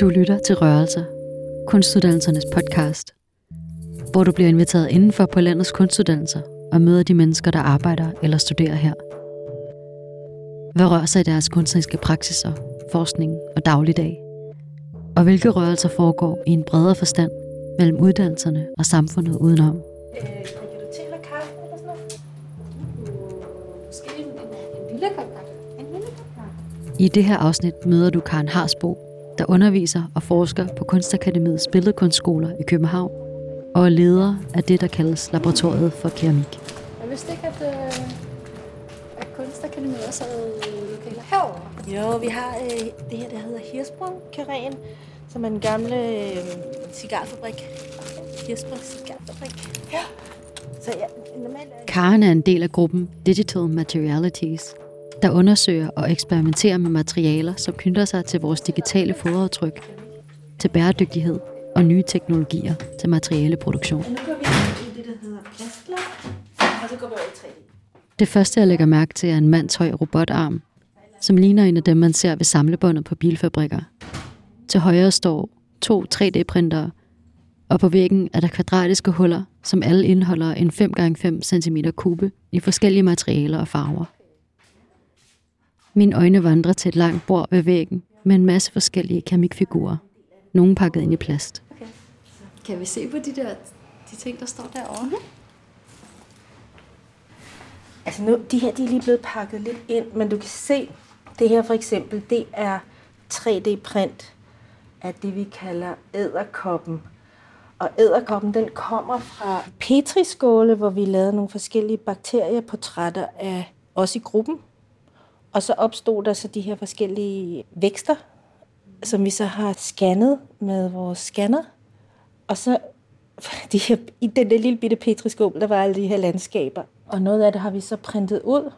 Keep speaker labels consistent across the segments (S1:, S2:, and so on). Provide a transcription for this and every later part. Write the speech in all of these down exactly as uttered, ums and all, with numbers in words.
S1: Du lytter til Rørelser, kunstuddannelsernes podcast, hvor du bliver inviteret indenfor på landets kunstuddannelser og møder de mennesker, der arbejder eller studerer her. Hvad rører sig i deres kunstneriske praksiser, forskning og dagligdag? Og hvilke rørelser foregår i en bredere forstand mellem uddannelserne og samfundet udenom?
S2: Øh, drikker du te eller kaffe eller sådan noget? Måske en, en lille kop kaffe. En lille kop kaffe.
S1: I det her afsnit møder du Karen Harsbo, der underviser og forsker på Kunstakademiets billedkunstskoler i København, og er leder af det, der kaldes Laboratoriet for Keramik.
S2: Jeg vidste ikke, at, øh, at Kunstakademiet også havde lokaler herovre. Jo, vi har øh, det her, der hedder Hirschsprung-karreen, som er den gamle øh, cigarfabrik. Hirschsprung cigarfabrik. Ja. Så ja, normalt er...
S1: Karen er en del af gruppen Digital Materialities, der undersøger og eksperimenterer med materialer, som knytter sig til vores digitale fodaftryk, til bæredygtighed og nye teknologier til materialeproduktion.
S2: Ja, nu går vi ind i det, der hedder plastlak, og så går vi over i tre D.
S1: Det første, jeg lægger mærke til, er en mandshøj robotarm, som ligner en af dem, man ser ved samlebåndet på bilfabrikker. Til højre står to tre D-printere, og på væggen er der kvadratiske huller, som alle indeholder en fem gange fem centimeter kube i forskellige materialer og farver. Mine øjne vandrer til et langt bord ved væggen med en masse forskellige keramikfigurer. Nogle pakket ind i plast.
S2: Okay. Kan vi se på de der de ting, der står derovre? Mm-hmm. Altså nu, de her de er lige blevet pakket lidt ind, men du kan se, det her for eksempel, det er tre D-print af det, vi kalder edderkoppen. Og edderkoppen, den kommer fra petriskåle, hvor vi lavede nogle forskellige bakterieportrætter af os i gruppen. Og så opstod der så de her forskellige vækster, som vi så har scannet med vores scanner. Og så de her, i den der lille bitte petriskål, der var alle de her landskaber. Og noget af det har vi så printet ud.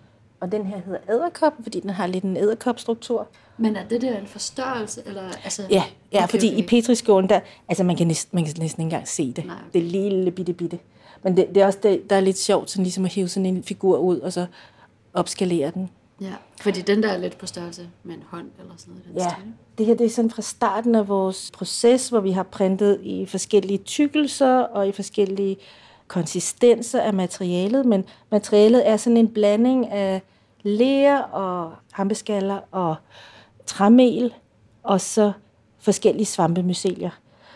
S2: Og den her hedder edderkop, fordi den har lidt en edderkopstruktur.
S3: Men er det der en forstørrelse? Eller, altså...
S2: Ja, ja
S3: okay,
S2: fordi
S3: okay.
S2: i petriskålen, der, altså man kan, næsten, man kan næsten ikke engang se det.
S3: Nej.
S2: Det er lille bitte bitte. Men det, det er også det, der er lidt sjovt, sådan ligesom at hive sådan en figur ud, og så opskalere den.
S3: Ja, fordi den der er lidt på størrelse med en hånd eller sådan noget. Den
S2: Ja,
S3: stil.
S2: det her det er sådan fra starten af vores proces, hvor vi har printet i forskellige tykkelser og i forskellige konsistenser af materialet. Men materialet er sådan en blanding af ler og hampeskaller og træmel og så forskellige svampemycelier.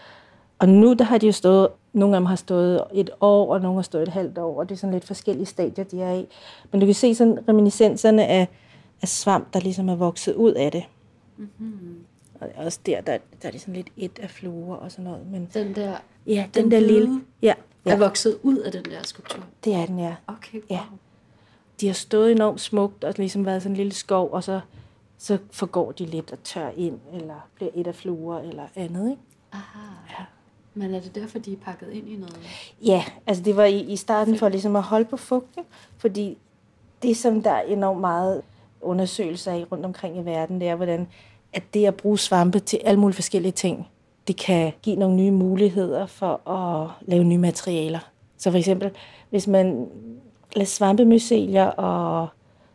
S2: Og nu der har de jo stået, nogle af dem har stået et år, og nogle har stået et halvt år, og det er sådan lidt forskellige stadier, de er i. Men du kan se sådan reminiscenserne af, af svamp, der ligesom er vokset ud af det. Mm-hmm. Og også der, der, der er det sådan lidt et af fluer og sådan noget. Men
S3: Den der,
S2: ja, den,
S3: den
S2: der
S3: hvide
S2: lille, ja, ja,
S3: er vokset ud af den der skulptur.
S2: det er den, ja.
S3: Okay, wow.
S2: Ja. De har stået enormt smukt og ligesom været sådan en lille skov, og så, så forgår de lidt og tør ind, eller bliver et af fluer eller andet, ikke?
S3: Aha.
S2: Ja.
S3: Men er det derfor, de er pakket ind i noget?
S2: Ja, altså det var i, i starten for ligesom at holde på fugten, fordi det, som der er enormt meget undersøgelser af rundt omkring i verden, det er, hvordan at det at bruge svampe til alle mulige forskellige ting, det kan give nogle nye muligheder for at lave nye materialer. Så for eksempel, hvis man lader svampemycelier og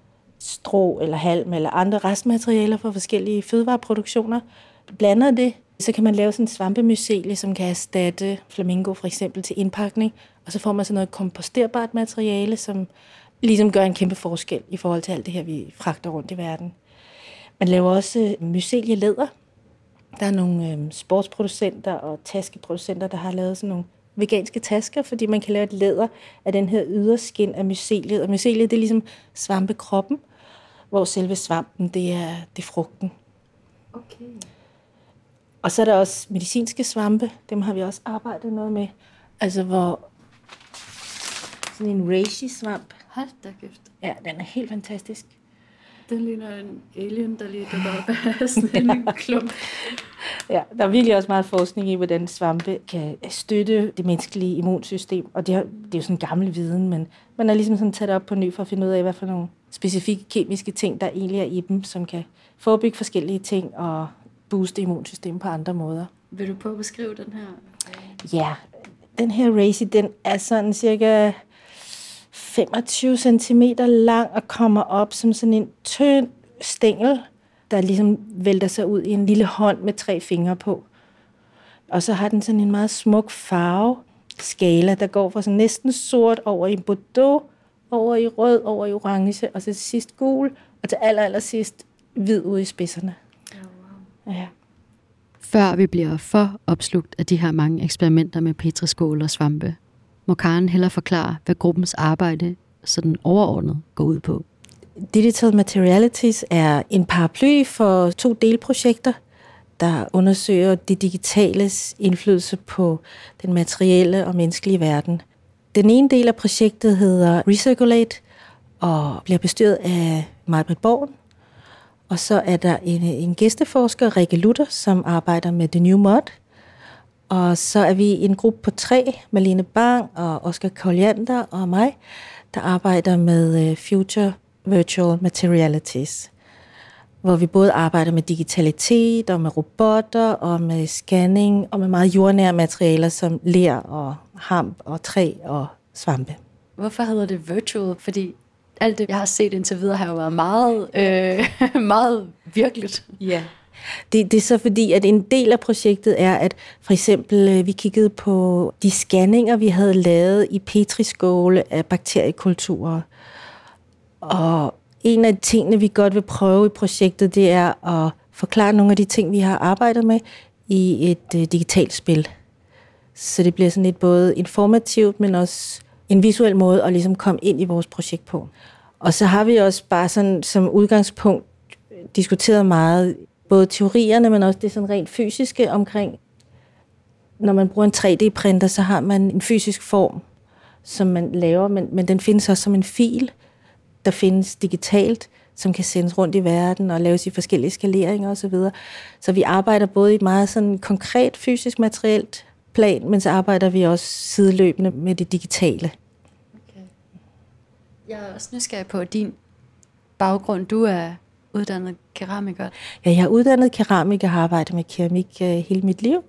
S2: strå eller halm eller andre restmaterialer fra forskellige fødevareproduktioner, blander det, så kan man lave sådan en svampemycelie, som kan erstatte flamingo for eksempel til indpakning, og så får man sådan noget komposterbart materiale, som ligesom gør en kæmpe forskel i forhold til alt det her, vi fragter rundt i verden. Man laver også mycelielæder. Der er nogle øh, sportsproducenter og taskeproducenter, der har lavet sådan nogle veganske tasker, fordi man kan lave et læder af den her yderskin af myceliet. Og myceliet, det er ligesom svampekroppen, hvor selve svampen, det er, det er frugten.
S3: Okay.
S2: Og så er der også medicinske svampe. Dem har vi også arbejdet noget med. Altså hvor sådan en reishi-svamp.
S3: Hold da kæft.
S2: Ja, den er helt fantastisk.
S3: Den ligner en alien, der lige dukker op af sådan en klump.
S2: Ja, der er virkelig også meget forskning i, hvordan svampe kan støtte det menneskelige immunsystem. Og det er, det er jo sådan en gammel viden, men man har ligesom sådan taget det op på ny for at finde ud af, hvad for nogle specifikke kemiske ting, der egentlig er i dem, som kan forebygge forskellige ting og booste immunsystemet på andre måder.
S3: Vil du prøve at beskrive den her?
S2: Ja, den her reishi, den er sådan cirka femogtyve centimeter lang og kommer op som sådan en tynd stængel der ligesom vælter sig ud i en lille hånd med tre fingre på. Og så har den sådan en meget smuk farveskala, der går fra sådan næsten sort over i bordeaux, over i rød, over i orange, og så til sidst gul, og til aller, aller sidst hvid ude i spidserne.
S3: Ja, wow.
S2: Ja.
S1: Før vi bliver for opslugt af de her mange eksperimenter med petriskål og svampe, må Karen hellere forklare, hvad gruppens arbejde sådan overordnet går ud på.
S2: Digital Materialities er en paraply for to delprojekter, der undersøger det digitales indflydelse på den materielle og menneskelige verden. Den ene del af projektet hedder Recirculate og bliver bestyret af Maj-Britt Borgen. Og så er der en, en gæsteforsker, Rikke Luther, som arbejder med The New Mod. Og så er vi en gruppe på tre, Malene Bang og Oscar Koljander og mig, der arbejder med Future Virtual Materialities, hvor vi både arbejder med digitalitet og med robotter og med scanning og med meget jordnære materialer som ler og hamp og træ og svampe.
S1: Hvorfor hedder det virtual? Fordi alt det, jeg har set indtil videre, har jo været meget, øh, meget virkeligt.
S2: Ja. Det, det er så fordi, at en del af projektet er, at for eksempel vi kiggede på de scanninger, vi havde lavet i petriskåle af bakteriekulturer. Og en af tingene, vi godt vil prøve i projektet, det er at forklare nogle af de ting, vi har arbejdet med i et uh, digitalt spil. Så det bliver sådan lidt både informativt, men også en visuel måde at ligesom komme ind i vores projekt på. Og så har vi også bare sådan som udgangspunkt diskuteret meget, både teorierne, men også det sådan rent fysiske omkring, når man bruger en tre D-printer, så har man en fysisk form, som man laver, men, men den findes også som en fil, der findes digitalt, som kan sendes rundt i verden og laves i forskellige skaleringer osv. Så, så vi arbejder både i et meget sådan konkret fysisk materielt plan, men så arbejder vi også sideløbende med det digitale.
S1: Okay. Jeg er også nysgerrig på din baggrund. Du er uddannet keramiker.
S2: Ja, jeg er uddannet keramiker og har arbejdet med keramik uh, hele mit liv.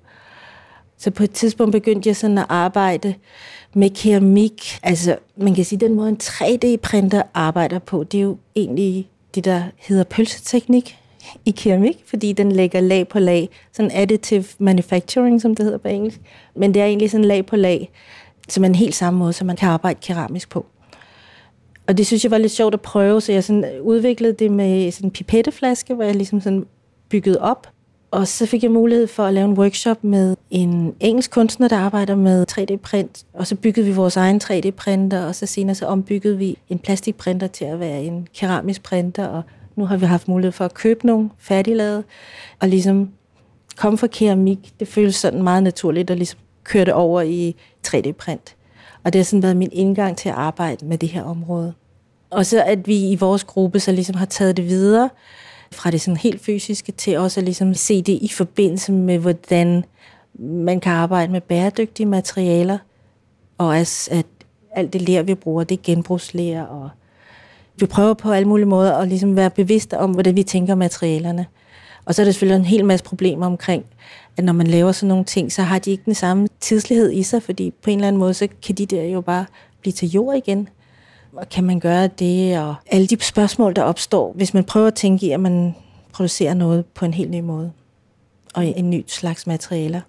S2: Så på et tidspunkt begyndte jeg sådan at arbejde med keramik. Altså, man kan sige, den måde en tre D-printer arbejder på, det er jo egentlig det, der hedder pølseteknik i keramik, fordi den lægger lag på lag. Sådan additive manufacturing, som det hedder på engelsk. Men det er egentlig sådan lag på lag, som er en helt samme måde, som man kan arbejde keramisk på. Og det synes jeg var lidt sjovt at prøve, så jeg sådan udviklede det med sådan en pipetteflaske, hvor jeg ligesom sådan byggede op. Og så fik jeg mulighed for at lave en workshop med en engelsk kunstner, der arbejder med tre D-print. Og så byggede vi vores egen tre D-printer, og så senere så ombyggede vi en plastikprinter til at være en keramisk printer. Og nu har vi haft mulighed for at købe nogle færdiglavede, og ligesom komme fra keramik. Det føles sådan meget naturligt at ligesom køre det over i tre D-print. Og det har sådan været min indgang til at arbejde med det her område. Og så at vi i vores gruppe så ligesom har taget det videre, fra det sådan helt fysiske til også at ligesom se det i forbindelse med, hvordan man kan arbejde med bæredygtige materialer, og at alt det ler, vi bruger, det er genbrugsler, og vi prøver på alle mulige måder at ligesom være bevidste om, hvordan vi tænker materialerne. Og så er der selvfølgelig en hel masse problemer omkring, at når man laver sådan nogle ting, så har de ikke den samme tidslighed i sig, fordi på en eller anden måde, så kan de der jo bare blive til jord igen. Og kan man gøre det, og alle de spørgsmål, der opstår, hvis man prøver at tænke i, at man producerer noget på en helt ny måde, og en ny slags materialer.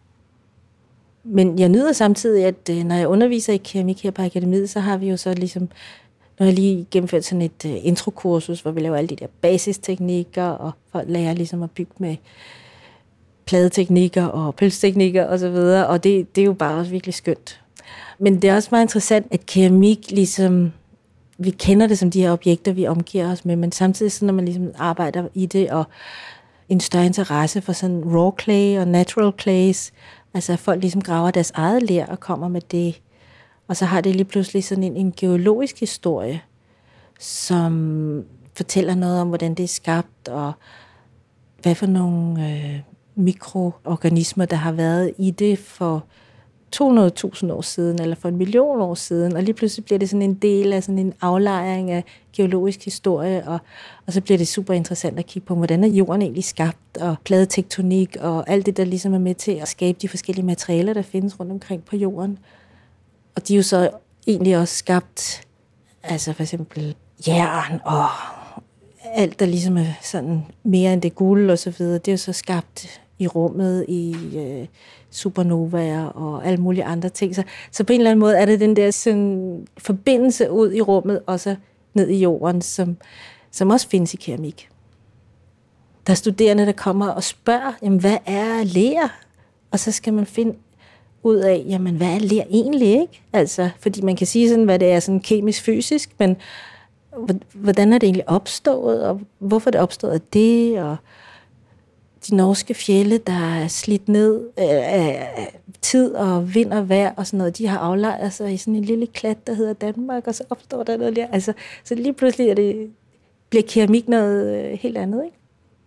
S2: Men jeg nyder samtidig, at når jeg underviser i keramik her på akademiet, så har vi jo så ligesom, nu har jeg lige gennemført sådan et introkursus, hvor vi laver alle de der basisteknikker, og folk lærer ligesom at bygge med pladeteknikker og pølseteknikker osv., og, og det, det er jo bare også virkelig skønt. Men det er også meget interessant, at keramik ligesom, vi kender det som de her objekter, vi omgiver os med, men samtidig så når man ligesom arbejder i det, og en større interesse for sådan raw clay og natural clays, altså at folk ligesom graver deres eget ler og kommer med det, og så har det lige pludselig sådan en, en geologisk historie, som fortæller noget om, hvordan det er skabt, og hvad for nogle øh, mikroorganismer, der har været i det for to hundrede tusind år siden, eller for en million år siden, og lige pludselig bliver det sådan en del af sådan en aflejring af geologisk historie, og, og så bliver det super interessant at kigge på, hvordan er jorden egentlig skabt, og pladetektonik, og alt det, der ligesom er med til at skabe de forskellige materialer, der findes rundt omkring på jorden. Og de er jo så egentlig også skabt, altså for eksempel jern og alt, der ligesom er sådan mere end det guld og så videre, det er jo så skabt i rummet, i øh, supernovaer og alle mulige andre ting. Så, så på en eller anden måde er det den der sådan, forbindelse ud i rummet, og så ned i jorden, som, som også findes i keramik. Der er studerende, der kommer og spørger, jamen, hvad er ler? Og så skal man finde ud af, jamen, hvad er ler egentlig, ikke? Altså, fordi man kan sige sådan, hvad det er sådan kemisk-fysisk, men hvordan er det egentlig opstået, og hvorfor er det opstået af det, og de norske fjelde, der er slidt ned af tid og vind og vejr og sådan noget, de har aflejret sig i sådan en lille klat, der hedder Danmark, og så opstår der noget der. Altså, så lige pludselig er det, bliver keramik noget helt andet, ikke?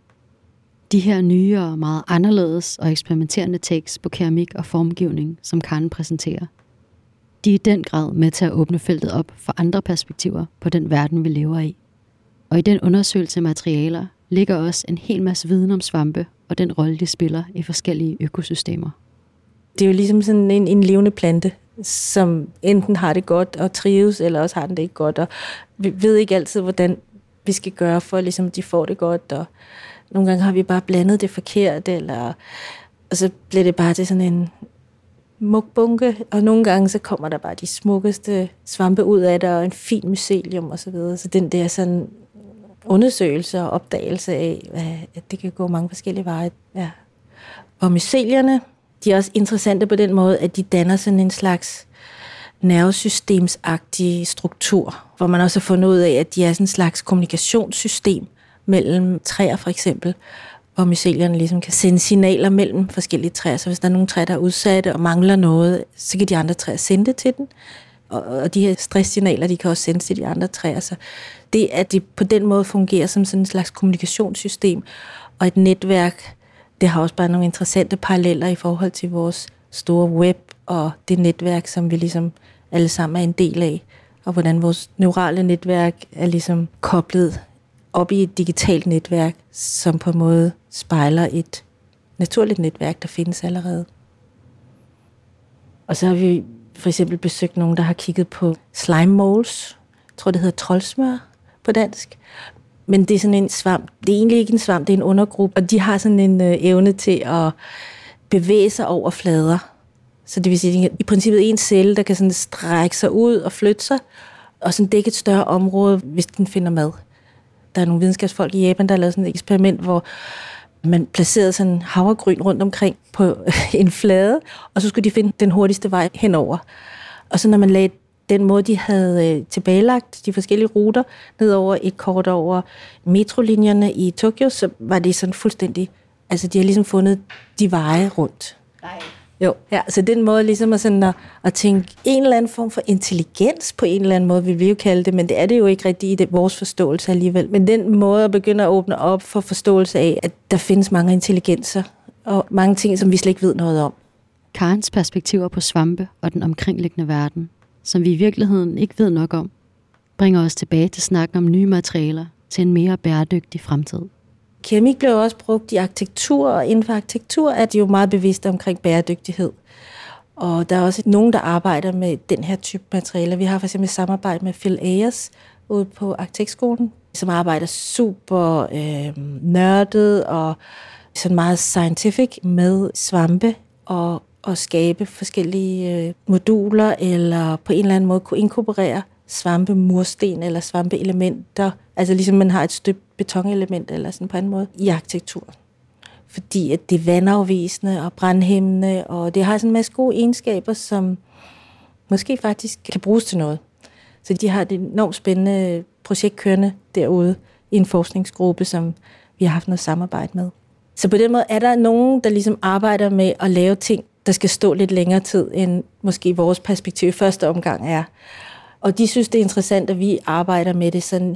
S1: De her nye og meget anderledes og eksperimenterende takes på keramik og formgivning, som Karen præsenterer, de er i den grad med til at åbne feltet op for andre perspektiver på den verden, vi lever i. Og i den undersøgelse af materialer ligger også en hel masse viden om svampe og den rolle, de spiller i forskellige økosystemer.
S2: Det er jo ligesom sådan en, en levende plante, som enten har det godt og trives, eller også har den det ikke godt. Og vi ved ikke altid, hvordan vi skal gøre for, at ligesom, de får det godt. Og nogle gange har vi bare blandet det forkert, eller, og så bliver det bare til sådan en muggbunke. Og nogle gange så kommer der bare de smukkeste svampe ud af det, og en fin mycelium og så videre. Så den der sådan undersøgelse og opdagelse af, at det kan gå mange forskellige veje. Ja. Og mycelierne, de er også interessante på den måde, at de danner sådan en slags nervesystemsagtig struktur, hvor man også har fundet ud af, at de er sådan en slags kommunikationssystem mellem træer for eksempel, hvor mycelierne ligesom kan sende signaler mellem forskellige træer. Så hvis der er nogle træer, der er udsatte og mangler noget, så kan de andre træer sende det til den. Og de her stresssignaler, de kan også sendes til de andre træer. Så det, at de på den måde fungerer som sådan en slags kommunikationssystem og et netværk, det har også bare nogle interessante paralleller i forhold til vores store web og det netværk, som vi ligesom alle sammen er en del af, og hvordan vores neurale netværk er ligesom koblet op i et digitalt netværk, som på en måde spejler et naturligt netværk, der findes allerede. Og så har vi for eksempel besøgt nogen, der har kigget på slime molds. Jeg tror, det hedder troldsmør på dansk. Men det er sådan en svamp. Det er egentlig ikke en svamp, det er en undergruppe, og de har sådan en øh, evne til at bevæge sig over flader. Så det vil sige, at i princippet en celle, der kan sådan strække sig ud og flytte sig, og sådan dække et større område, hvis den finder mad. Der er nogle videnskabsfolk i Japan, der har lavet sådan et eksperiment, hvor man placerede sådan havregryn rundt omkring på en flade, og så skulle de finde den hurtigste vej henover. Og så når man lagde den måde, de havde tilbagelagt de forskellige ruter ned over et kort over metrolinjerne i Tokyo, så var det sådan fuldstændig, altså de har ligesom fundet de veje rundt. Nej. Jo, ja, så den måde ligesom at, sådan at, at tænke en eller anden form for intelligens på en eller anden måde, vil vi jo kalde det, men det er det jo ikke rigtigt i det, vores forståelse alligevel. Men den måde at begynde at åbne op for forståelse af, at der findes mange intelligenser og mange ting, som vi slet ikke ved noget om.
S1: Karens perspektiver på svampe og den omkringliggende verden, som vi i virkeligheden ikke ved nok om, bringer os tilbage til snakken om nye materialer til en mere bæredygtig fremtid.
S2: Keramik bliver også brugt i arkitektur, og inden for arkitektur er de jo meget bevidste omkring bæredygtighed. Og der er også nogen, der arbejder med den her type materialer. Vi har for eksempel et samarbejde med Phil Ayers ude på Arkitektskolen, som arbejder super øh, nørdet og sådan meget scientific med svampe og, og skabe forskellige øh, moduler, eller på en eller anden måde kunne inkorporere svampe mursten eller svampeelementer, altså ligesom man har et støbt betonelement eller sådan på en måde i arkitektur. Fordi at det er vandafvisende og brandhæmmende, og det har sådan en masse gode egenskaber, som måske faktisk kan bruges til noget. Så de har et enormt spændende projekt kørende derude i en forskningsgruppe, som vi har haft noget samarbejde med. Så på den måde er der nogen, der ligesom arbejder med at lave ting, der skal stå lidt længere tid, end måske vores perspektiv i første omgang er. Og de synes, det er interessant, at vi arbejder med det sådan.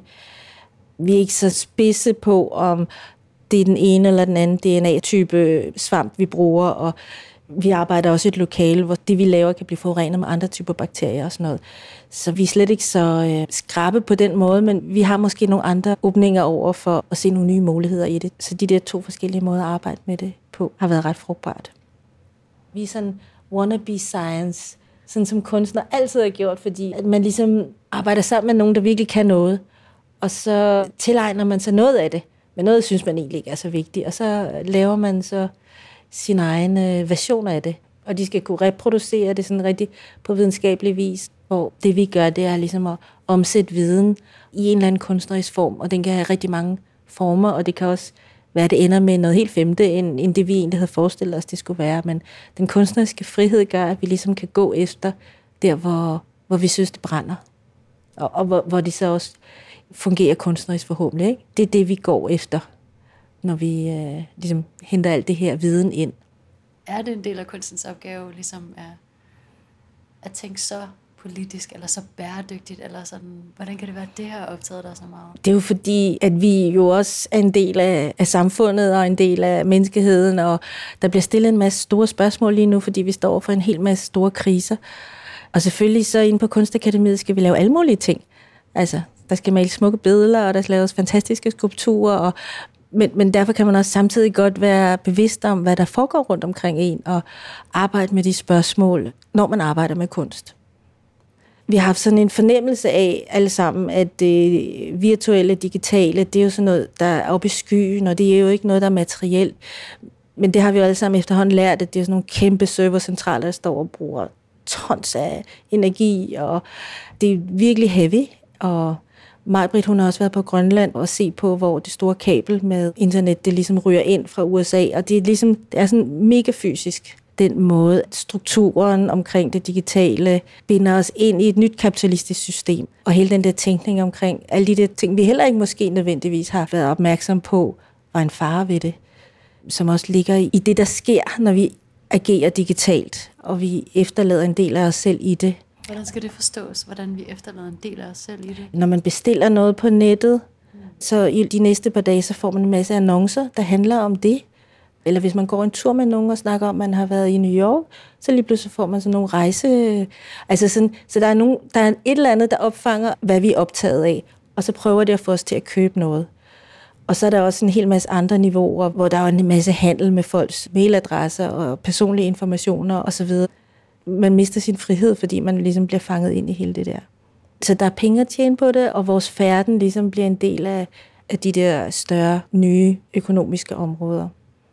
S2: Vi er ikke så spidse på, om det er den ene eller den anden D N A-type svamp, vi bruger. Og vi arbejder også i et lokale, hvor det, vi laver, kan blive forurenet med andre typer bakterier og sådan noget. Så vi er slet ikke så øh, skrappe på den måde, men vi har måske nogle andre åbninger over for at se nogle nye muligheder i det. Så de der to forskellige måder at arbejde med det på, har været ret frugtbart. Vi er sådan wannabe science, sådan som kunstner altid har gjort, fordi at man ligesom arbejder sammen med nogen, der virkelig kan noget. Og så tilegner man sig noget af det, men noget synes man egentlig ikke er så vigtigt. Og så laver man så sin egen version af det. Og de skal kunne reproducere det sådan rigtig på videnskabelig vis, hvor det vi gør, det er ligesom at omsætte viden i en eller anden kunstnerisk form, og den kan have rigtig mange former, og det kan også være, det ender med noget helt femte, end, end det vi egentlig havde forestillet os, det skulle være. Men den kunstneriske frihed gør, at vi ligesom kan gå efter der, hvor, hvor vi synes, det brænder. Og, og hvor, hvor det så også fungerer kunstnerisk forhåbentlig. Ikke? Det er det, vi går efter, når vi øh, ligesom henter alt det her viden ind.
S1: Er det en del af kunstens opgave, ligesom at, at tænke så politisk, eller så bæredygtigt, eller sådan, hvordan kan det være, at det har optaget dig så meget?
S2: Det er jo fordi, at vi jo også er en del af, af samfundet, og en del af menneskeheden, og der bliver stillet en masse store spørgsmål lige nu, fordi vi står for en hel masse store kriser. Og selvfølgelig så inde på Kunstakademiet skal vi lave alle mulige ting. Altså, der skal males smukke billeder, og der skal laves fantastiske skulpturer, og Men, men derfor kan man også samtidig godt være bevidst om, hvad der foregår rundt omkring en, og arbejde med de spørgsmål, når man arbejder med kunst. Vi har haft sådan en fornemmelse af alle sammen, at det virtuelle, digitale, det er jo sådan noget, der er oppe i skyen, og det er jo ikke noget, der er materielt. Men det har vi jo alle sammen efterhånden lært, at det er sådan nogle kæmpe servercentraler, der står og bruger tons af energi, og det er virkelig heavy, og Maj-Britt, hun har også været på Grønland og set på, hvor det store kabel med internet, det ligesom ryger ind fra U S A, og det er ligesom, det er sådan mega fysisk, den måde, strukturen omkring det digitale binder os ind i et nyt kapitalistisk system, og hele den der tænkning omkring alle de der ting, vi heller ikke måske nødvendigvis har været opmærksom på, var en fare ved det, som også ligger i det, der sker, når vi agerer digitalt, og vi efterlader en del af os selv i det.
S1: Hvordan skal det forstås, hvordan vi efterlader en del af os selv i det?
S2: Når man bestiller noget på nettet, mm. så i de næste par dage, så får man en masse annoncer, der handler om det. Eller hvis man går en tur med nogen og snakker om, at man har været i New York, så lige pludselig får man sådan nogle rejse... Altså sådan, så der er, nogen, der er et eller andet, der opfanger, hvad vi er optaget af, og så prøver det at få os til at købe noget. Og så er der også en hel masse andre niveauer, hvor der er en masse handel med folks mailadresser og personlige informationer osv. Man mister sin frihed, fordi man ligesom bliver fanget ind i hele det der. Så der er penge at tjene på det, og vores færden ligesom bliver en del af, af de der større, nye økonomiske områder.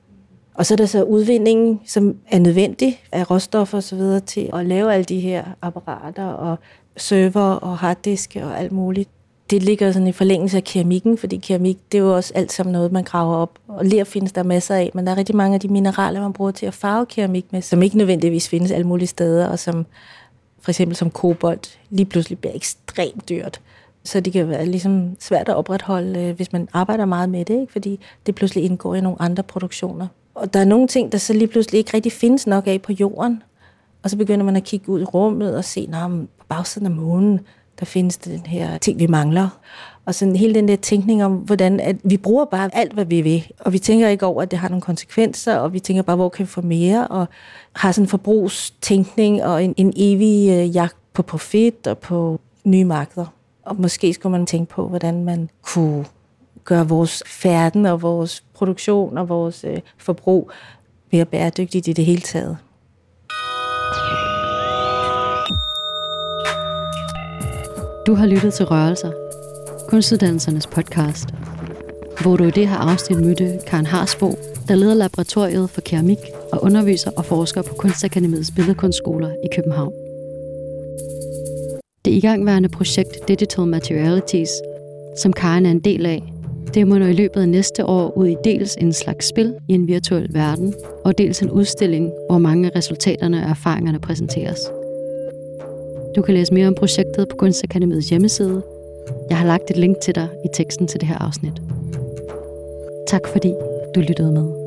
S2: Og så er der så udvindingen, som er nødvendig af råstoffer og så videre til at lave alle de her apparater og server og harddiske og alt muligt. Det ligger sådan i forlængelse af keramikken, fordi keramik, det er jo også alt sammen noget, man graver op. Og ler findes der masser af, men der er rigtig mange af de mineraler, man bruger til at farve keramik med, som ikke nødvendigvis findes alle mulige steder, og som for eksempel som kobolt lige pludselig bliver ekstremt dyrt. Så det kan være ligesom svært at opretholde, hvis man arbejder meget med det, ikke? Fordi det pludselig indgår i nogle andre produktioner. Og der er nogle ting, der så lige pludselig ikke rigtig findes nok af på jorden. Og så begynder man at kigge ud i rummet og se, at på bagsiden af månen, der findes den her ting, vi mangler. Og sådan hele den der tænkning om, hvordan at vi bruger bare alt, hvad vi vil. Og vi tænker ikke over, at det har nogle konsekvenser, og vi tænker bare, hvor kan vi få mere, og har sådan en forbrugstænkning og en, en evig øh, jagt på profit og på nye markeder. Og måske skulle man tænke på, hvordan man kunne gøre vores færden og vores produktion og vores øh, forbrug mere bæredygtigt i det hele taget.
S1: Du har lyttet til Rørelser, Kunstuddannelsernes podcast, hvor du i det her afsnit mødte Karen Harsbo, der leder laboratoriet for keramik og underviser og forsker på Kunstakademiets billedkunstskoler i København. Det igangværende projekt Digital Materialities, som Karen er en del af, det munder i løbet af næste år ud i dels en slags spil i en virtuel verden, og dels en udstilling, hvor mange af resultaterne og erfaringerne præsenteres. Du kan læse mere om projektet på Kunstakademiets hjemmeside. Jeg har lagt et link til dig i teksten til det her afsnit. Tak fordi du lyttede med.